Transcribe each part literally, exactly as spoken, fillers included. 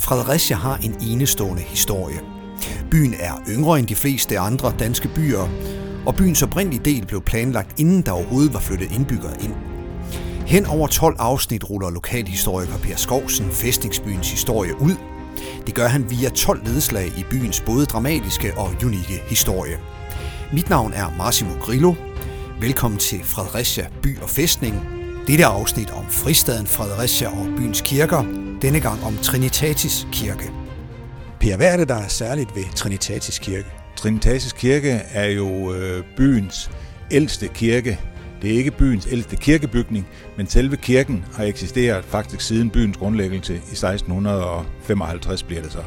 Fredericia har en enestående historie. Byen er yngre end de fleste andre danske byer, og byens oprindelige del blev planlagt, inden der overhovedet var flyttet indbyggere ind. Hen over tolv afsnit ruller lokalhistoriker Per Skovsen fæstningsbyens historie ud. Det gør han via tolv nedslag i byens både dramatiske og unikke historie. Mit navn er Massimo Grillo. Velkommen til Fredericia by og fæstning. Dette er afsnit om fristaden Fredericia og byens kirker, denne gang om Trinitatis Kirke. Per, hvad er det, der er særligt ved Trinitatis Kirke? Trinitatis Kirke er jo øh, byens ældste kirke. Det er ikke byens ældste kirkebygning, men selve kirken har eksisteret faktisk siden byens grundlæggelse i seksten femoghalvtreds bliver det så.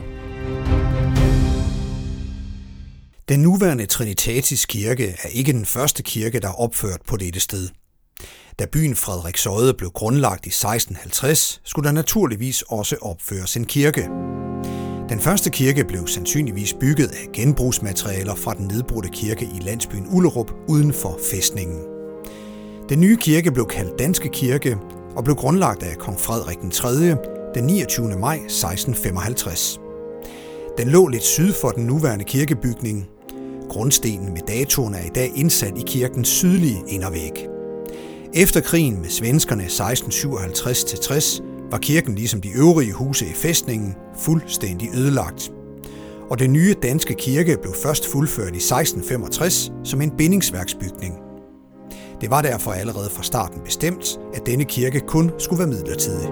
Den nuværende Trinitatis Kirke er ikke den første kirke, der er opført på dette sted. Da byen Frederiksodde blev grundlagt i seksten halvtreds, skulle der naturligvis også opføres en kirke. Den første kirke blev sandsynligvis bygget af genbrugsmaterialer fra den nedbrudte kirke i landsbyen Ullerup uden for fæstningen. Den nye kirke blev kaldt Danske Kirke og blev grundlagt af kong Frederik den tredje den niogtyvende maj seksten femoghalvtreds. Den lå lidt syd for den nuværende kirkebygning. Grundstenen med datoen er i dag indsat i kirkens sydlige indervæg. Efter krigen med svenskerne seksten syvoghalvtreds til tres var kirken ligesom de øvrige huse i fæstningen fuldstændig ødelagt. Og den nye Danske Kirke blev først fuldført i seksten femogtres som en bindingsværksbygning. Det var derfor allerede fra starten bestemt, at denne kirke kun skulle være midlertidig.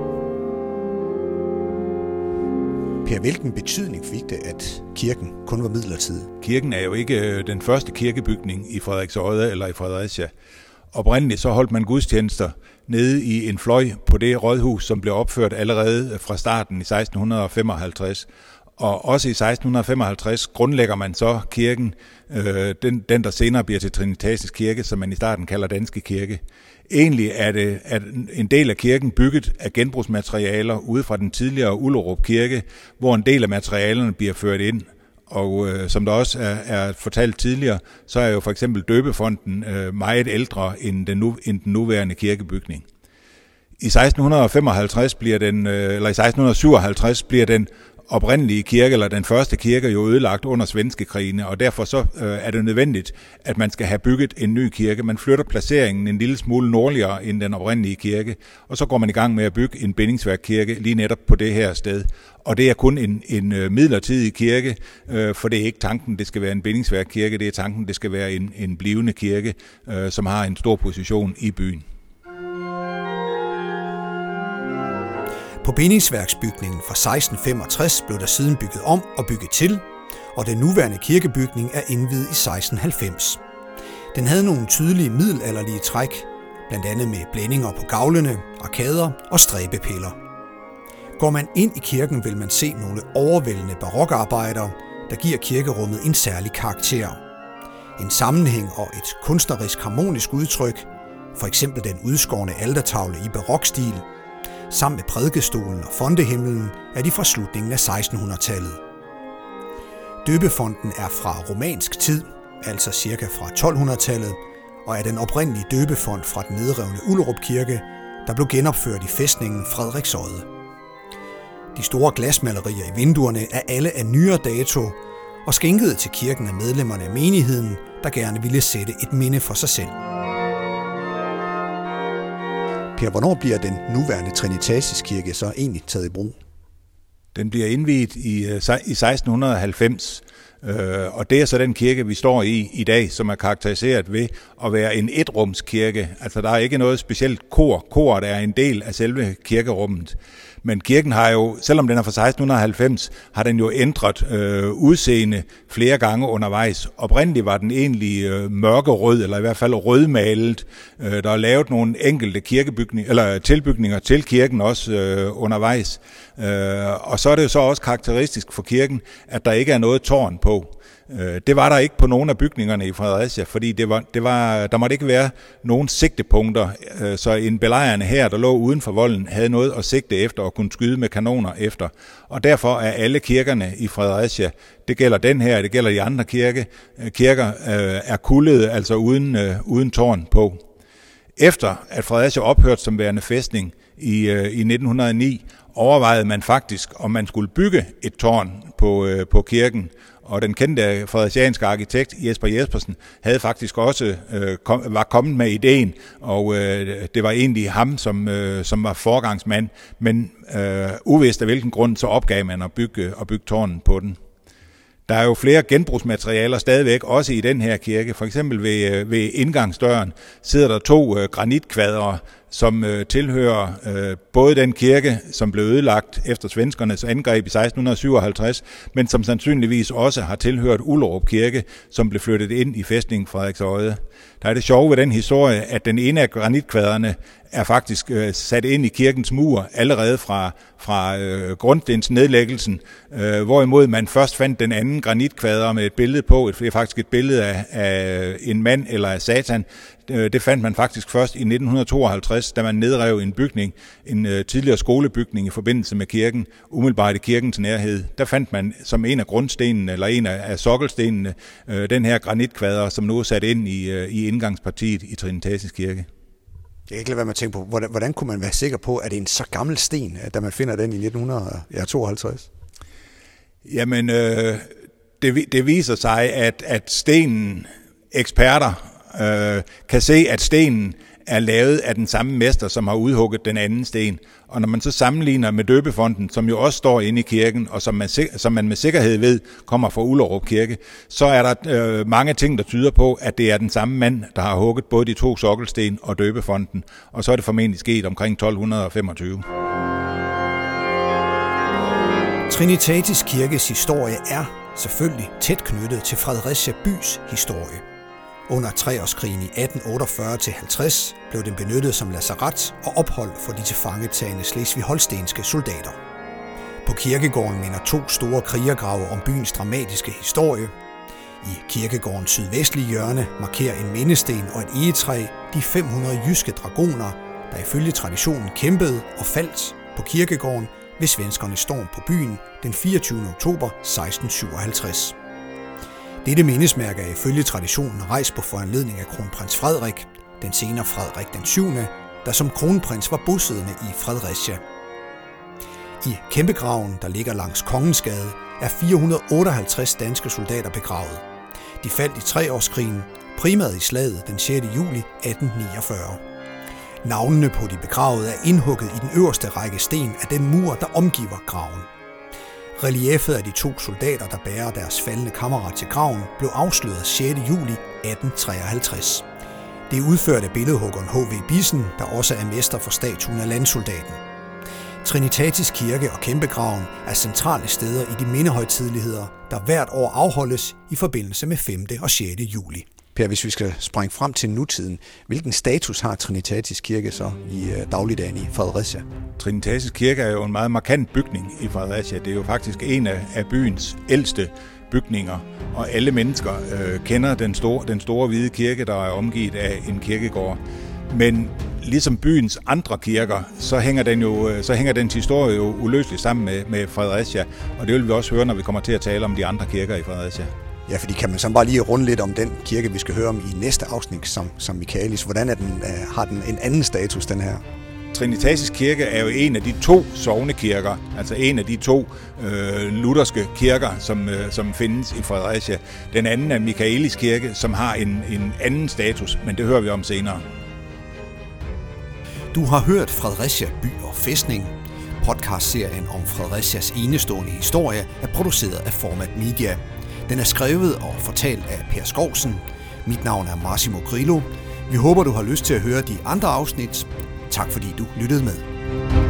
Per, hvilken betydning fik det, at kirken kun var midlertidig? Kirken er jo ikke den første kirkebygning i Frederiksodde eller i Fredericia. Oprindeligt så holdt man gudstjenester nede i en fløj på det rådhus, som blev opført allerede fra starten i seksten femoghalvtreds. Og også i seksten femoghalvtreds grundlægger man så kirken, øh, den, den der senere bliver til Trinitatis Kirke, som man i starten kalder Danske Kirke. Egentlig er det at en del af kirken bygget af genbrugsmaterialer ude fra den tidligere Ullerup Kirke, hvor en del af materialerne bliver ført ind. Og øh, som der også er, er fortalt tidligere, så er jo for eksempel døbefonten øh, meget ældre end den, nu, end den nuværende kirkebygning. I seksten femoghalvtreds bliver den, øh, eller i seksten syvoghalvtreds bliver den oprindelige kirke, eller den første kirke, jo ødelagt under svenskekrigene, og derfor så øh, er det nødvendigt, at man skal have bygget en ny kirke. Man flytter placeringen en lille smule nordligere end den oprindelige kirke, og så går man i gang med at bygge en bindingsværkkirke lige netop på det her sted. Og det er kun en, en midlertidig kirke, øh, for det er ikke tanken, det skal være en bindingsværkkirke, det er tanken, det skal være en, en blivende kirke, øh, som har en stor position i byen. På bindingsværksbygningen fra seksten femogtres blev der siden bygget om og bygget til, og den nuværende kirkebygning er indviet i seksten halvfems. Den havde nogle tydelige middelalderlige træk, blandt andet med blændinger på gavlene, arkader og stræbepiller. Går man ind i kirken, vil man se nogle overvældende barokarbejder, der giver kirkerummet en særlig karakter. En sammenhæng og et kunstnerisk harmonisk udtryk, for eksempel den udskårne altertavle i barokstil, sammen med prædikestolen og fontehimlen er de fra slutningen af sekstenhundredetallet. Døbefonten er fra romansk tid, altså cirka fra tolvhundredetallet, og er den oprindelige døbefont fra den nedrevne Ullerup Kirke, der blev genopført i fæstningen Frederiksodde. De store glasmalerier i vinduerne er alle af nyere dato og skænkede til kirken af medlemmerne af menigheden, der gerne ville sætte et minde for sig selv. Per, hvornår bliver den nuværende Trinitatis Kirke så egentlig taget i brug? Den bliver indviet i, i seksten halvfems, øh, og det er så den kirke, vi står i i dag, som er karakteriseret ved at være en etrumskirke. Altså der er ikke noget specielt kor. Koret er en del af selve kirkerummet. Men kirken har jo, selvom den er fra seksten halvfems, har den jo ændret øh, udseende flere gange undervejs. Oprindeligt var den egentlig øh, mørkerød, eller i hvert fald rødmalet. Øh, der er lavet nogle enkelte kirkebygning, eller tilbygninger til kirken også øh, undervejs. Øh, og så er det jo så også karakteristisk for kirken, at der ikke er noget tårn på. Det var der ikke på nogen af bygningerne i Fredericia, fordi det var, det var, der måtte ikke være nogen sigtepunkter, så en belejrende hær, der lå uden for volden, havde noget at sigte efter og kunne skyde med kanoner efter. Og derfor er alle kirkerne i Fredericia, det gælder den her, det gælder de andre kirke, kirker, er kullede, altså uden, uden tårn på. Efter at Fredericia ophørte som værende fæstning i, i nitten hundrede og ni, overvejede man faktisk, om man skulle bygge et tårn på, på kirken. Og den kendte fredericianske arkitekt Jesper Jespersen havde faktisk også øh, kom, var kommet med ideen, og øh, det var egentlig ham, som, øh, som var forgangsmand, men øh, uvist af hvilken grund, så opgav man at bygge, at bygge tårnen på den. Der er jo flere genbrugsmaterialer stadigvæk, også i den her kirke. For eksempel ved, ved indgangsdøren sidder der to øh, granitkvadre, som øh, tilhører øh, både den kirke, som blev ødelagt efter svenskernes angreb i seksten syvoghalvtreds, men som sandsynligvis også har tilhørt Ullerup Kirke, som blev flyttet ind i fæstningen Frederiksodde. Der er det sjove ved den historie, at den ene af granitkvadrene er faktisk øh, sat ind i kirkens mur allerede fra, fra øh, grundstensnedlæggelsen, øh, hvorimod man først fandt den anden granitkvader med et billede på, et, det er faktisk et billede af, af en mand eller af Satan. Det fandt man faktisk først i nitten tooghalvtreds, da man nedrev en bygning, en øh, tidligere skolebygning i forbindelse med kirken, umiddelbart i kirkens nærhed. Der fandt man som en af grundstenene, eller en af, af sokkelstenene, øh, den her granitkvader, som nu er sat ind i, øh, i indgangspartiet i Trinitatis Kirke. Jeg kan ikke lade være med at tænke på, hvordan, hvordan kunne man være sikker på, at det er en så gammel sten, da man finder den i nitten tooghalvtreds? Jamen, øh, det, det viser sig, at, at stenen, eksperter, øh, kan se, at stenen er lavet af den samme mester, som har udhugget den anden sten. Og når man så sammenligner med døbefonten, som jo også står inde i kirken, og som man, som man med sikkerhed ved kommer fra Ullerup Kirke, så er der øh, mange ting, der tyder på, at det er den samme mand, der har hugget både de to sokkelsten og døbefonten. Og så er det formentlig sket omkring tolv femogtyve. Trinitatis Kirkes historie er selvfølgelig tæt knyttet til Fredericia bys historie. Under treårskrigen i atten otteogfyrre til halvtreds blev den benyttet som lazaret og ophold for de tilfangetagende slesvig-holstenske soldater. På kirkegården minder to store krigergrave om byens dramatiske historie. I kirkegårdens sydvestlige hjørne markerer en mindesten og et egetræ de fem hundrede jyske dragoner, der ifølge traditionen kæmpede og faldt på kirkegården ved svenskernes storm på byen den fireogtyvende oktober seksten syvoghalvtreds. Dette mindesmærke er ifølge traditionen rejst på foranledning af kronprins Frederik, den senere Frederik den syvende, der som kronprins var bosiddende i Fredericia. I kæmpegraven, der ligger langs Kongensgade, er fire hundrede otteoghalvtreds danske soldater begravet. De faldt i treårskrigen, primært i slaget den sjette juli atten niogfyrre. Navnene på de begravede er indhugget i den øverste række sten af den mur, der omgiver graven. Relieffet af de to soldater, der bærer deres faldne kammerat til graven, blev afsløret sjette juli atten treoghalvtreds. Det er udført af billedhuggeren H V Bissen, der også er mester for statuen af landsoldaten. Trinitatis Kirke og Kæmpegraven er centrale steder i de mindehøjtideligheder, der hvert år afholdes i forbindelse med femte og sjette juli. Per, hvis vi skal springe frem til nutiden, hvilken status har Trinitatis Kirke så i dagligdagen i Fredericia? Trinitatis Kirke er jo en meget markant bygning i Fredericia. Det er jo faktisk en af byens ældste bygninger, og alle mennesker øh, kender den store, den store hvide kirke, der er omgivet af en kirkegård. Men ligesom byens andre kirker, så hænger den jo, så hænger dens historie jo uløseligt sammen med, med Fredericia, og det vil vi også høre, når vi kommer til at tale om de andre kirker i Fredericia. Ja, fordi kan man så bare lige runde lidt om den kirke, vi skal høre om i næste afsnit som, som Michaelis. Hvordan er den, uh, har den en anden status, den her? Trinitatis Kirke er jo en af de to sognekirker, altså en af de to øh, lutherske kirker, som, øh, som findes i Fredericia. Den anden er Michaelis Kirke, som har en, en anden status, men det hører vi om senere. Du har hørt Fredericia by og fæstning. Podcastserien om Fredericias enestående historie er produceret af Format Media. Den er skrevet og fortalt af Per Skovsen. Mit navn er Massimo Grillo. Vi håber, du har lyst til at høre de andre afsnit. Tak fordi du lyttede med.